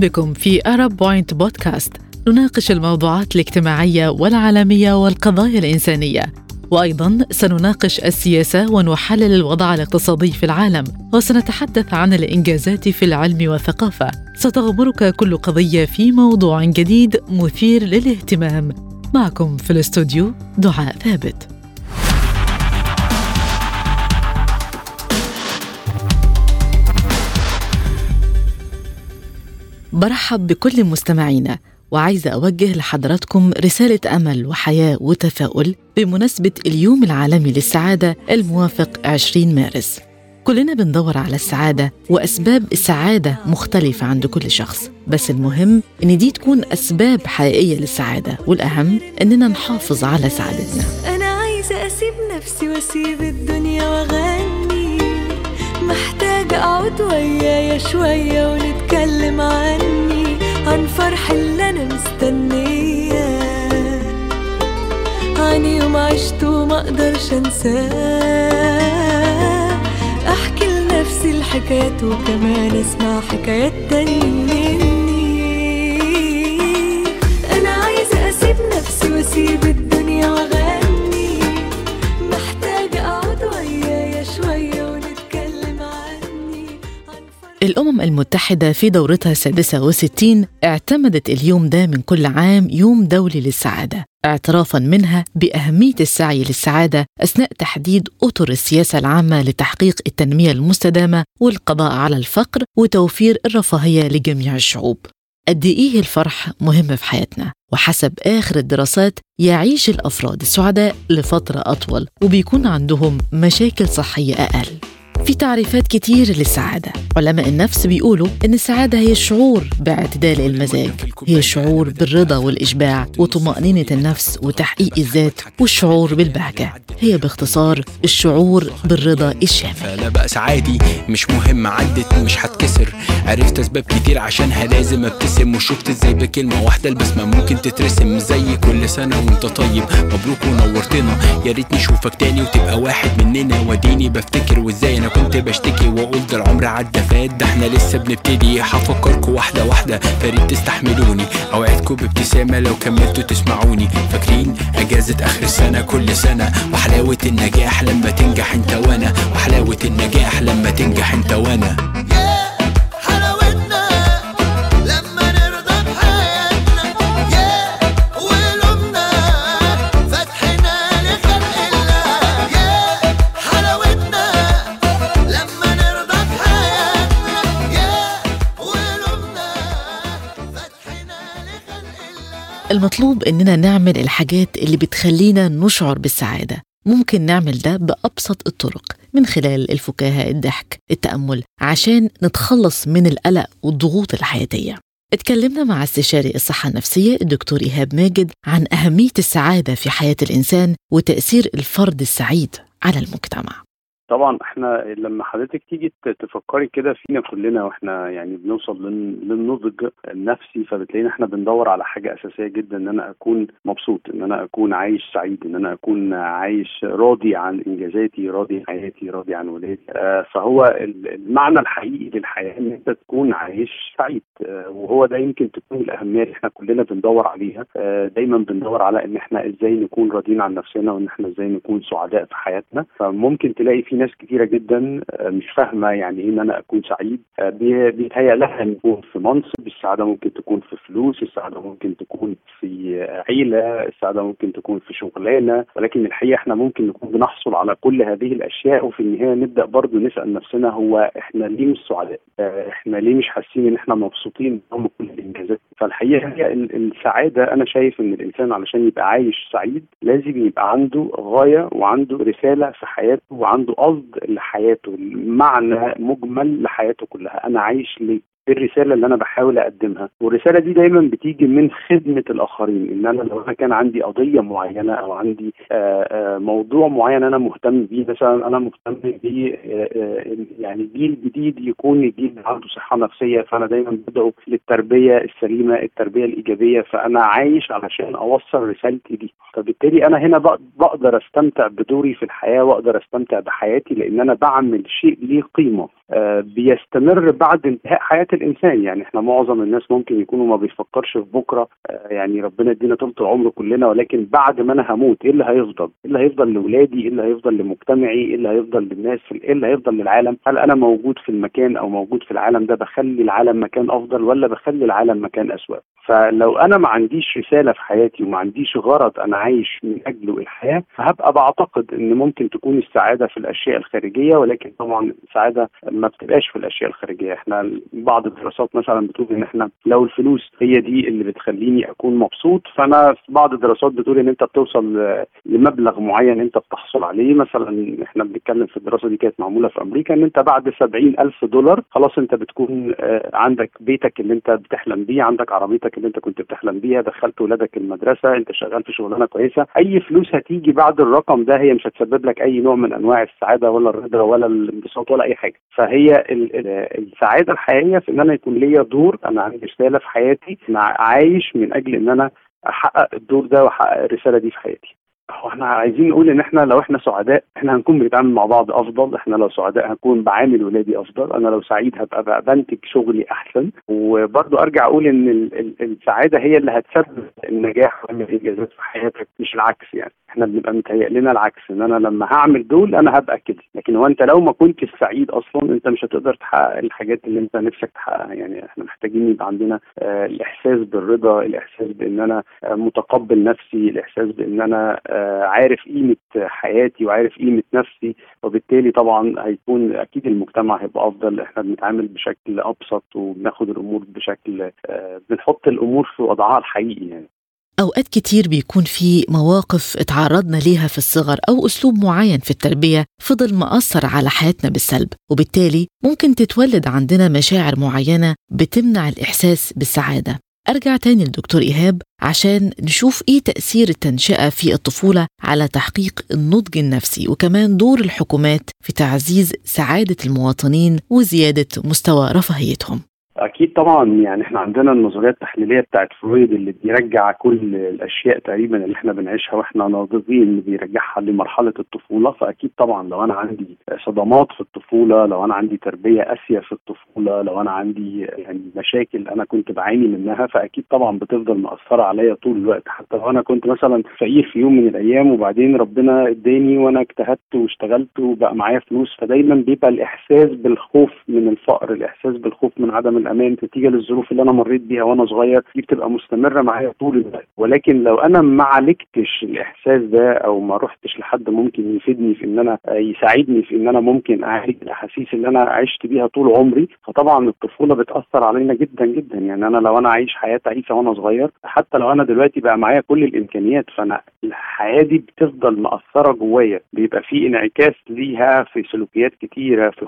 بكم في Arab Point بودكاست. نناقش الموضوعات الاجتماعية والعالمية والقضايا الإنسانية، وأيضا سنناقش السياسة ونحلل الوضع الاقتصادي في العالم، وسنتحدث عن الإنجازات في العلم والثقافة. ستغمرك كل قضية في موضوع جديد مثير للاهتمام. معكم في الاستوديو دعاء ثابت. برحب بكل مستمعينا، وعايزة أوجه لحضراتكم رسالة أمل وحياة وتفاؤل بمناسبة اليوم العالمي للسعادة الموافق 20 مارس. كلنا بندور على السعادة، وأسباب السعادة مختلفة عند كل شخص، بس المهم إن دي تكون أسباب حقيقية للسعادة، والأهم إننا نحافظ على سعادتنا. أنا عايزة أسيب نفسي وأسيب الدنيا وأغني، محتاجة أقعد ويايا شوية ونتكلم عن فرح اللي أنا مستنية، عن يوم عشته ما أقدرش أنساه، أحكي لنفسي الحكايات وكمان أسمع حكايات تاني مني. أنا عايزة أسيب نفسي وأسيب الدنيا وأغني، محتاجة أقعد ويايا شوية ونتكلم عن فرح. الأمم المتحدة في دورتها 66 اعتمدت اليوم ده من كل عام يوم دولي للسعادة، اعترافاً منها بأهمية السعي للسعادة أثناء تحديد أطر السياسة العامة لتحقيق التنمية المستدامة والقضاء على الفقر وتوفير الرفاهية لجميع الشعوب. قد إيه الفرح مهم في حياتنا، وحسب آخر الدراسات يعيش الأفراد السعداء لفترة أطول وبيكون عندهم مشاكل صحية أقل. في تعريفات كتير للسعادة. علماء النفس بيقولوا إن السعادة هي الشعور باعتدال المزاج، هي الشعور بالرضا والإشباع وطمأنينة النفس وتحقيق الذات والشعور بالبهجة. هي باختصار الشعور بالرضا الشامل. فلا بأس عادي، مش مهم، عدت مش هتكسر، عرفت أسباب كتير عشانها لازم ابتسم، وشفت ازاي بكلمة واحدة البسمة ممكن تترسم. زي كل سنة وانت طيب، مبروك ونورتنا، يا ريت نشوفك تاني وتبقى واحد مننا. وديني بفتكر وازاي انا كنت بشتكي واقول ده العمر عدى فات، ده احنا لسه بنبتدي. هفكركوا واحدة واحدة، فريد تستحملوني، اوعدكوا بابتسامة لو كملتوا تسمعوني. فاكرين اجازة اخر السنة كل سنة، وحلاوة النجاح لما تنجح انت وانا، وحلاوة النجاح لما تنجح انت وانا. المطلوب إننا نعمل الحاجات اللي بتخلينا نشعر بالسعادة. ممكن نعمل ده بأبسط الطرق، من خلال الفكاهة، الضحك، التأمل، عشان نتخلص من القلق والضغوط الحياتية. اتكلمنا مع استشاري الصحة النفسية الدكتور إيهاب ماجد عن أهمية السعادة في حياة الإنسان وتأثير الفرد السعيد على المجتمع. طبعا احنا لما حضرتك تيجي تفكري كده فينا كلنا واحنا يعني بنوصل للنضج النفسي، فبتلاقينا احنا بندور على حاجة أساسية جدا، ان انا اكون مبسوط، ان انا اكون عايش سعيد، ان انا اكون عايش راضي عن انجازاتي، راضي عن حياتي، راضي عن ولادي. فهو المعنى الحقيقي للحياة ان انت تكون عايش سعيد، وهو ده يمكن تكون الأهمية اللي احنا كلنا بندور عليها. دايما بندور على ان احنا ازاي نكون راضيين عن نفسنا، وان احنا ازاي نكون سعداء في حياتنا. فممكن تلاقي في ناس كتيرة جدا مش فاهمة يعني ايه ان انا اكون سعيد. بيتهيأ لها ان يكون في منصب، السعادة ممكن تكون في فلوس، السعادة ممكن تكون في عيلة، السعادة ممكن تكون في شغلانة، ولكن الحقيقة احنا ممكن نكون بنحصل على كل هذه الاشياء، وفي النهاية نبدأ برضو نسأل نفسنا هو احنا ليه مش سعداء؟ احنا ليه مش حاسين ان احنا مبسوطين رغم كل الانجازات؟ فالحقيقة هي السعادة، انا شايف ان الانسان علشان يبقى عايش سعيد لازم يبقى عنده غاية وعنده رسالة في حياته وعنده قصد لحياته، معنى مجمل لحياته كلها. أنا عايش ليه؟ الرسالة اللي أنا بحاول أقدمها، والرسالة دي دايما بتيجي من خدمة الآخرين. إن أنا لو أنا كان عندي قضية معينة أو عندي موضوع معين أنا مهتم بيه، مثلا أنا مهتم بيه يعني جيل جديد يكون الجيل عنده صحة نفسية، فأنا دايما بدعو للتربية السليمة، التربية الإيجابية، فأنا عايش علشان أوصل رسالتي دي. فبالتالي أنا هنا بقدر أستمتع بدوري في الحياة وأقدر أستمتع بحياتي، لأن أنا بعمل شيء ليه قيمة بيستمر بعد انتهاء حياة الانسان. يعني احنا معظم الناس ممكن يكونوا ما بيفكرش في بكره، يعني ربنا يدينا طول العمر كلنا، ولكن بعد ما انا هموت ايه اللي هيفضل؟ ايه اللي هيفضل لاولادي؟ ايه اللي هيفضل لمجتمعي؟ ايه اللي هيفضل للناس؟ ايه اللي هيفضل للعالم؟ هل انا موجود في المكان او موجود في العالم ده بخلي العالم مكان افضل ولا بخلي العالم مكان اسوأ؟ فلو انا ما عنديش رساله في حياتي وما عنديش غرض انا عايش من اجله الحياه، فهبقى بعتقد ان ممكن تكون السعاده في الاشياء الخارجيه، ولكن طبعا السعاده ما بتبقاش في الاشياء الخارجيه. احنا بعض الدراسات مثلا بتقول ان احنا لو الفلوس هي دي اللي بتخليني اكون مبسوط، فانا في بعض الدراسات بتقول ان انت بتوصل لمبلغ معين انت بتحصل عليه. مثلا احنا بنتكلم في الدراسه دي كانت معموله في امريكا ان انت بعد $70,000 خلاص انت بتكون عندك بيتك اللي انت بتحلم بيه، عندك عربيتك اللي انت كنت بتحلم بيها، دخلت ولادك المدرسه، انت شغال في شغلانه كويسه. اي فلوس هتيجي بعد الرقم ده هي مش هتسبب لك اي نوع من انواع السعاده ولا الرضا ولا الانبساط ولا اي حاجه. فهي السعاده الحقيقيه في ان انا يكون ليا دور، انا عندي رساله في حياتي، انا عايش من اجل ان انا احقق الدور ده واحقق الرساله دي في حياتي. هو احنا عايزين نقول ان احنا لو احنا سعداء احنا هنكون بنتعامل مع بعض افضل، احنا لو سعداء هنكون بعامل ولادي افضل، انا لو سعيد هبقى بنتج شغلي احسن. وبرضو ارجع اقول ان السعاده هي اللي هتسبب النجاح والانجازات في حياتك، مش العكس. يعني احنا بنبقى متهيأ لنا العكس، ان انا لما هعمل دول انا هبقى كده، لكن هو انت لو ما كنتش سعيد اصلا انت مش هتقدر تحقق الحاجات اللي انت نفسك تحققها. يعني احنا محتاجين يبقى عندنا الاحساس بالرضا، الاحساس بان انا متقبل نفسي، الاحساس بان انا عارف قيمة حياتي وعارف قيمة نفسي، وبالتالي طبعا هيكون أكيد المجتمع هيبقى أفضل. إحنا بنتعامل بشكل أبسط وبناخد الأمور بشكل بنحط الأمور في وضعها الحقيقي. يعني أوقات كتير بيكون في مواقف اتعرضنا ليها في الصغر أو أسلوب معين في التربية فضل مأثر على حياتنا بالسلب، وبالتالي ممكن تتولد عندنا مشاعر معينة بتمنع الإحساس بالسعادة. أرجع تاني لدكتور إيهاب عشان نشوف إيه تأثير التنشئة في الطفولة على تحقيق النضج النفسي، وكمان دور الحكومات في تعزيز سعادة المواطنين وزيادة مستوى رفاهيتهم. أكيد طبعا. يعني احنا عندنا النظرية التحليلية بتاعت فرويد اللي بيرجع كل الأشياء تقريبا اللي احنا بنعيشها واحنا ناضجين اللي بيرجعها لمرحلة الطفولة. فأكيد طبعا لو أنا عندي صدمات في الطفولة، لو أنا عندي تربية قاسية في الطفولة، لو أنا عندي يعني مشاكل أنا كنت بعاني منها، فأكيد طبعا بتفضل مأثرة عليا طول الوقت. حتى لو أنا كنت مثلا فقير في يوم من الأيام وبعدين ربنا اداني وأنا اجتهدت واشتغلت وبقى معايا فلوس، فدايما بيبقى الإحساس بالخوف من الفقر، الإحساس بالخوف من عدم الأمان نتيجة للظروف اللي أنا مريت بيها وأنا صغير، دي بتبقى مستمرة معايا طول الوقت. ولكن لو أنا ما عالجتش الإحساس ده أو ما رحتش لحد ممكن يفيدني في إن أنا يساعدني في إن أنا ممكن أعالج الأحاسيس اللي أنا عشت بيها طول عمري، فطبعا الطفولة بتأثر علينا جدا جدا. يعني أنا لو أنا عايش حياة تعيسة وأنا صغير، حتى لو أنا دلوقتي بقى معايا كل الإمكانيات، فأنا الحياة دي بتفضل مأثرة جوايا، بيبقى في انعكاس ليها في سلوكيات كتيرة، في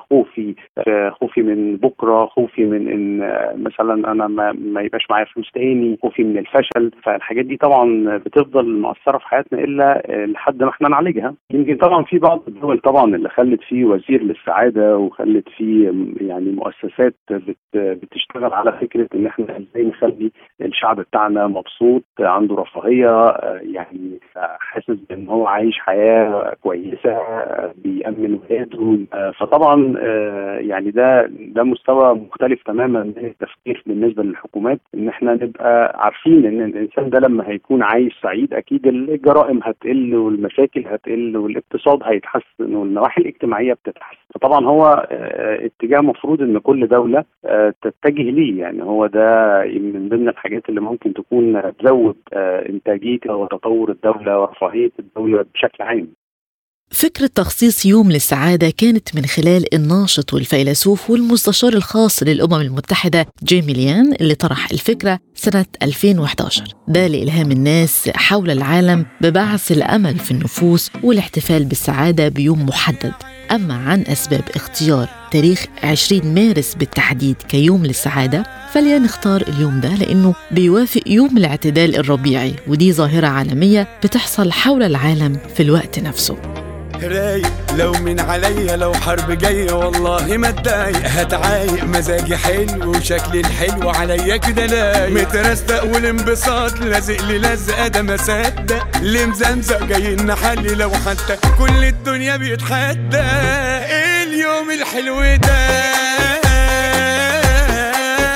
خوفي من بكرة، خوفي من إن مثلا انا ما يبقاش معايا فلوس تاني، خوفي من الفشل. فالحاجات دي طبعا بتفضل مؤثره في حياتنا الا لحد ما احنا نعالجها. يمكن طبعا في بعض الدول طبعا اللي خلت فيه وزير للسعاده وخلت فيه يعني مؤسسات بتشتغل على فكره ان احنا ازاي نخلي الشعب بتاعنا مبسوط، عنده رفاهيه، يعني حاسس ان هو عايش حياه كويسه، بيأمن ولاده. فطبعا يعني ده مستوى مختلف تماما من التفكير بالنسبه للحكومات، ان احنا نبقى عارفين ان الانسان ده لما هيكون عايش سعيد اكيد الجرائم هتقل والمشاكل هتقل والاقتصاد هيتحسن والنواحي الاجتماعيه بتتحسن. فطبعا هو اتجاه مفروض ان كل دوله تتجه ليه. يعني هو ده من ضمن الحاجات اللي ممكن تكون تزود انتاجيه وتطور الدوله ورفاهيه الدوله بشكل عام. فكرة تخصيص يوم للسعادة كانت من خلال الناشط والفيلسوف والمستشار الخاص للأمم المتحدة جيمي ليان اللي طرح الفكرة سنة 2011، ده لإلهام الناس حول العالم ببعث الأمل في النفوس والاحتفال بالسعادة بيوم محدد. أما عن أسباب اختيار تاريخ 20 مارس بالتحديد كيوم للسعادة، فليان اختار اليوم ده لأنه بيوافق يوم الاعتدال الربيعي، ودي ظاهرة عالمية بتحصل حول العالم في الوقت نفسه. رايق لو من عليا، لو حرب جاية والله ما اتضايق، هتعايق مزاجي حلو وشكلي الحلو عليا كده لايق، مترستق والانبساط لازق لي لزقة ده ما صدق، اللي مزمزق جاي نحلي لو حتى كل الدنيا بيتحدى. اليوم الحلو ده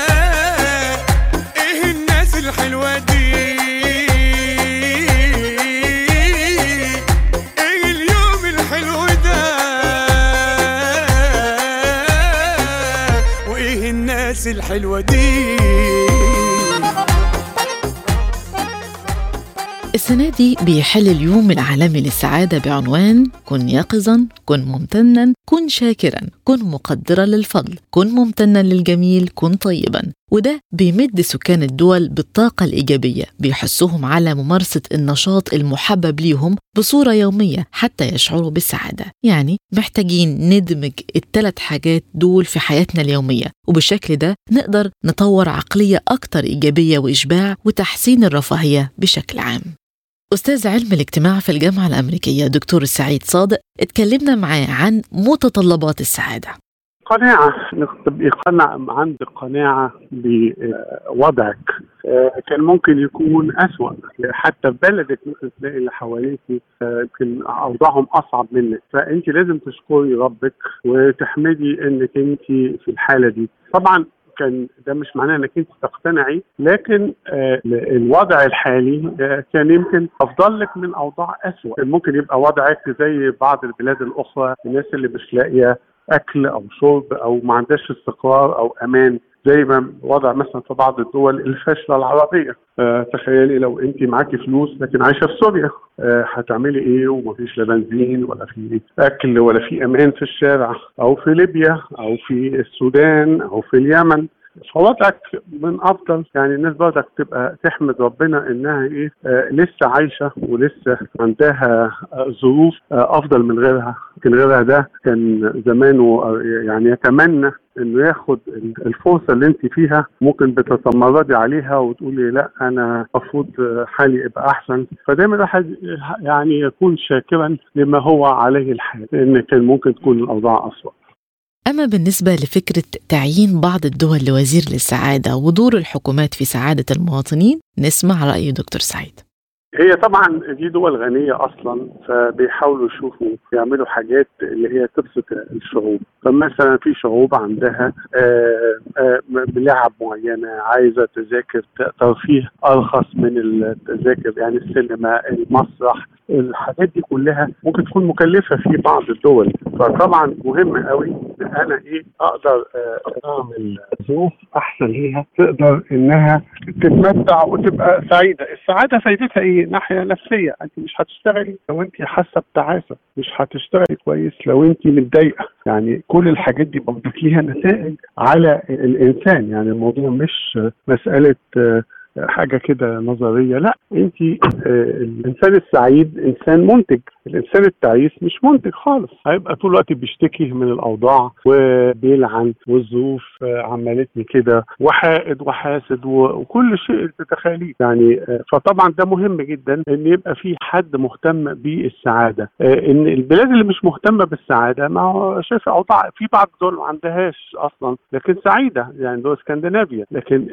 الناس الحلوة دي. السنة دي بيحل اليوم العالمي للسعادة بعنوان كن يقظاً، كن ممتناً، كن شاكراً، كن مقدراً للفضل، كن ممتناً للجميل، كن طيباً. وده بيمد سكان الدول بالطاقة الإيجابية، بيحثهم على ممارسة النشاط المحبب ليهم بصورة يومية حتى يشعروا بالسعادة. يعني محتاجين ندمج ال3 حاجات دول في حياتنا اليومية، وبالشكل ده نقدر نطور عقلية أكتر إيجابية وإشباع وتحسين الرفاهية بشكل عام. أستاذ علم الاجتماع في الجامعة الأمريكية دكتور سعيد صادق اتكلمنا معاه عن متطلبات السعادة. قناعة، يقنع عندك قناعة بوضعك. كان ممكن يكون أسوأ، حتى في بلدك ممكن تلاقي اللي حواليك يمكن أوضاعهم أصعب منك، فأنت لازم تشكري ربك وتحمدي أنك أنت في الحالة دي. طبعا كان ده مش معناه انك انت تقتنعي، لكن الوضع الحالي كان يمكن افضل لك من اوضاع اسوأ. ممكن يبقى وضعك زي بعض البلاد الاخرى، الناس اللي مش لاقيه اكل او شرب او ما عندهاش استقرار او امان، زي ما وضع مثلا في بعض الدول الفاشله العربيه. تخيلي لو انت معاكي فلوس لكن عايشه في سوريا، هتعملي ايه ومفيش لا بنزين ولا في اكل ولا في امان في الشارع، او في ليبيا او في السودان او في اليمن. فوضعك من افضل، يعني الناس برضك تبقى تحمد ربنا انها لسه عايشه ولسه عندها ظروف افضل من غيرها. لكن غيرها ده كان زمانه يعني يتمنى انه ياخد الفرصه اللي انت فيها، ممكن بتتمردي عليها وتقولي لا انا المفروض حالي يبقى احسن. فدايما الواحد يعني يكون شاكرا لما هو عليه الحال، لان كان ممكن تكون الاوضاع اسوأ. أما بالنسبة لفكرة تعيين بعض الدول لوزير للسعادة ودور الحكومات في سعادة المواطنين، نسمع رأي دكتور سعيد. هي طبعا دي دول غنية أصلا، فبيحاولوا يشوفوا يعملوا حاجات اللي هي تبسط الشعوب. فمثلا في شعوب عندها لعب معينة، عايزة تذاكر ترفيه أرخص من التذاكر، يعني السينما، المسرح، الحاجات دي كلها ممكن تكون مكلفة في بعض الدول. فطبعا مهم قوي ان انا اقدر اعمل ظروف احسن ليها تقدر انها تتمتع وتبقى سعيدة. السعادة فايدتها ايه؟ ناحية نفسية، انت مش هتشتغلي لو انت حاسة بتعاسة، مش هتشتغلي كويس لو انت متضايقة. يعني كل الحاجات دي برضه ليها نتائج على الانسان. يعني الموضوع مش مسألة حاجة كده نظرية، لا، انت الانسان السعيد انسان منتج. الانسان التعيس مش منتج خالص، هيبقى طول الوقت بيشتكي من الاوضاع وبيلعن والظروف عملتني كده وحائد وحاسد وكل شيء تتخيليه. يعني فطبعا ده مهم جدا ان يبقى في حد مهتم بالسعادة. ان البلاد اللي مش مهتمة بالسعادة، ما هو شايف اوضاع في بعض الدول ما عندهاش اصلا لكن سعيدة، يعني دول اسكندنافيا. لكن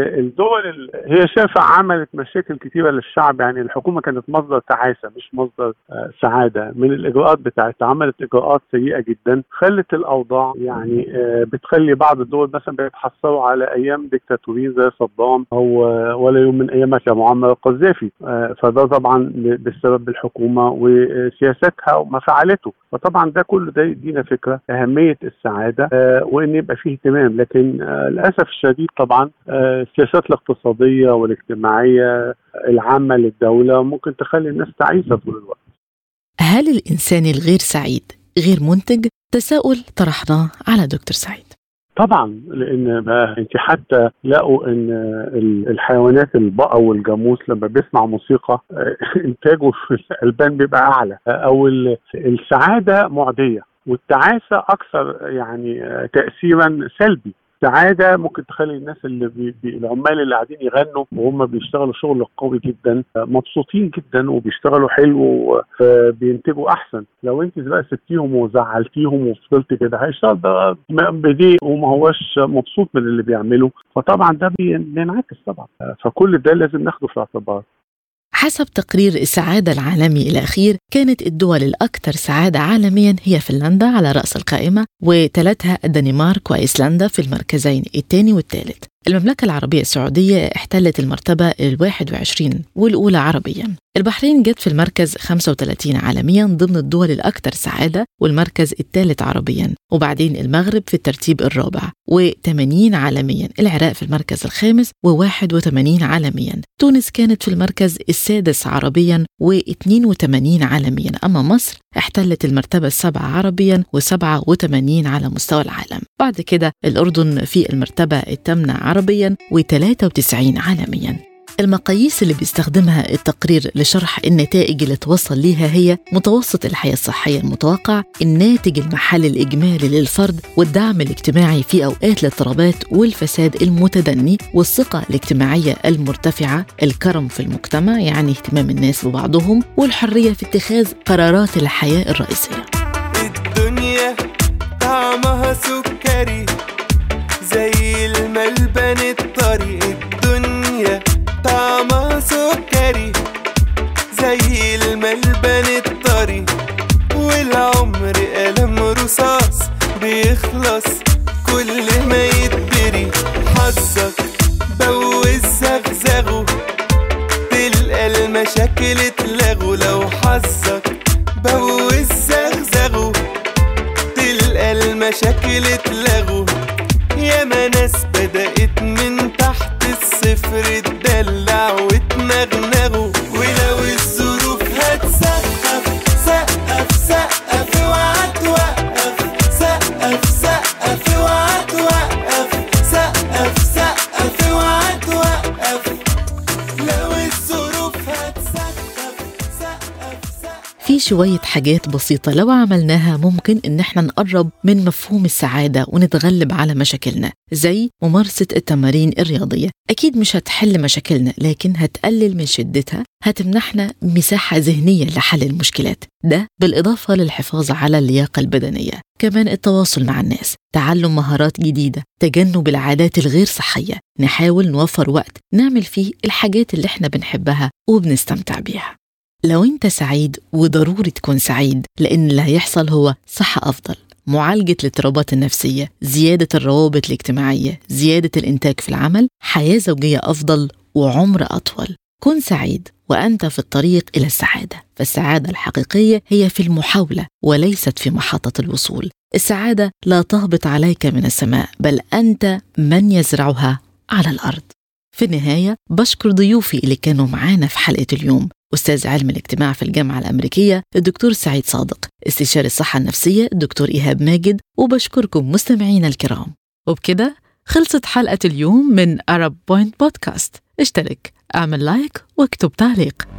الدول هي شايفة عملت مشاكل كتيرة للشعب، يعني الحكومة كانت مصدر تعاسة مش مصدر سعادة. من الإجراءات بتاعتها عملت إجراءات سيئة جدا خلت الأوضاع يعني بتخلي بعض الدول مثلا بيتحصلوا على أيام ديكتاتوريين زي صدام أو ولا يوم من أيامها كمعمر القذافي. فده طبعا بسبب الحكومة وسياستها وما فعلته. فطبعا ده كله ده يدينا فكرة أهمية السعادة وإن يبقى فيه اهتمام. لكن للأسف الشديد طبعا السياسات الاقتصادية والاجتماعية العامة للدولة ممكن تخلي الناس تعيسة طول الوقت. هل الإنسان الغير سعيد غير منتج؟ تساؤل طرحناه على دكتور سعيد. طبعا، لان بقى انت حتى لقوا ان الحيوانات البقر والجاموس لما بيسمع موسيقى انتاجه في الالبان بيبقى اعلى، او السعاده معديه والتعاسه اكثر يعني تاثيرا سلبي. السعاده ممكن تخلي الناس اللي العمال اللي قاعدين يغنوا وهم بيشتغلوا شغل قوي جدا مبسوطين جدا وبيشتغلوا حلو وبينتجوا احسن. لو انت بقى سبتيهم وزعلتيهم وفضلت كده هيشتغل بضيق وما هوش مبسوط من اللي بيعمله. فطبعا ده بينعكس طبعا. فكل ده لازم ناخده في الاعتبار. حسب تقرير السعادة العالمي الأخير، كانت الدول الأكثر سعادة عالميا هي فنلندا على رأس القائمة، وتلتها الدنمارك وأيسلندا في المركزين الثاني والثالث. المملكة العربية السعودية احتلت المرتبة 21 والأولى عربيا. البحرين جت في المركز 35 عالميا ضمن الدول الأكثر سعادة والمركز الثالث عربيا، وبعدين المغرب في الترتيب الرابع و80 عالميا، العراق في المركز الخامس و81 عالميا، تونس كانت في المركز السادس عربيا و82 عالميا، أما مصر احتلت المرتبة السابعة عربيا و87 على مستوى العالم. بعد كده الأردن في المرتبة الثامنة عربيا و93 عالميا. المقاييس اللي بيستخدمها التقرير لشرح النتائج اللي توصل ليها هي متوسط الحياة الصحية المتوقع، الناتج المحلي الإجمالي للفرد، والدعم الاجتماعي في أوقات الاضطرابات والفساد المتدني، والثقة الاجتماعية المرتفعة، الكرم في المجتمع يعني اهتمام الناس ببعضهم، والحرية في اتخاذ قرارات الحياة الرئيسية. الدنيا طعمها سكري زي الملبن الطري، الدنيا طعمها سكري زي الملبن الطري، والعمر قلم رصاص بيخلص كل ما يتبري، حظك بوز زغزغه تلقى المشاكل اتلغوا، لو حظك بوز زغزغه تلقى المشاكل اتلغوا، ياما ناس بدأت من تحت الصفر تدلع وتنغنغوا، ولو الظروف هتسقف سقف سقف اوعى توقف، سقف سقف اوعى توقف، سقف سقف اوعى توقف، لو الظروف هتسقف سقف سقف. في شوية حاجات بسيطة لو عملناها ممكن إن احنا نقرب من مفهوم السعادة ونتغلب على مشاكلنا، زي ممارسة التمارين الرياضية. أكيد مش هتحل مشاكلنا لكن هتقلل من شدتها، هتمنحنا مساحة ذهنية لحل المشكلات، ده بالإضافة للحفاظ على اللياقة البدنية. كمان التواصل مع الناس، تعلم مهارات جديدة، تجنب العادات الغير صحية، نحاول نوفر وقت نعمل فيه الحاجات اللي احنا بنحبها وبنستمتع بيها. لو انت سعيد، وضروري تكون سعيد، لأن اللي هيحصل هو صحة أفضل، معالجة الاضطرابات النفسية، زيادة الروابط الاجتماعية، زيادة الإنتاج في العمل، حياة زوجية أفضل، وعمر أطول. كن سعيد وأنت في الطريق إلى السعادة، فالسعادة الحقيقية هي في المحاولة وليست في محطة الوصول. السعادة لا تهبط عليك من السماء، بل أنت من يزرعها على الأرض. في النهاية بشكر ضيوفي اللي كانوا معانا في حلقة اليوم: أستاذ علم الاجتماع في الجامعة الأمريكية الدكتور سعيد صادق، استشاري الصحة النفسية الدكتور إيهاب ماجد، وبشكركم مستمعين الكرام. وبكده خلصت حلقة اليوم من Arab Point بودكاست. اشترك، اعمل لايك واكتب تعليق.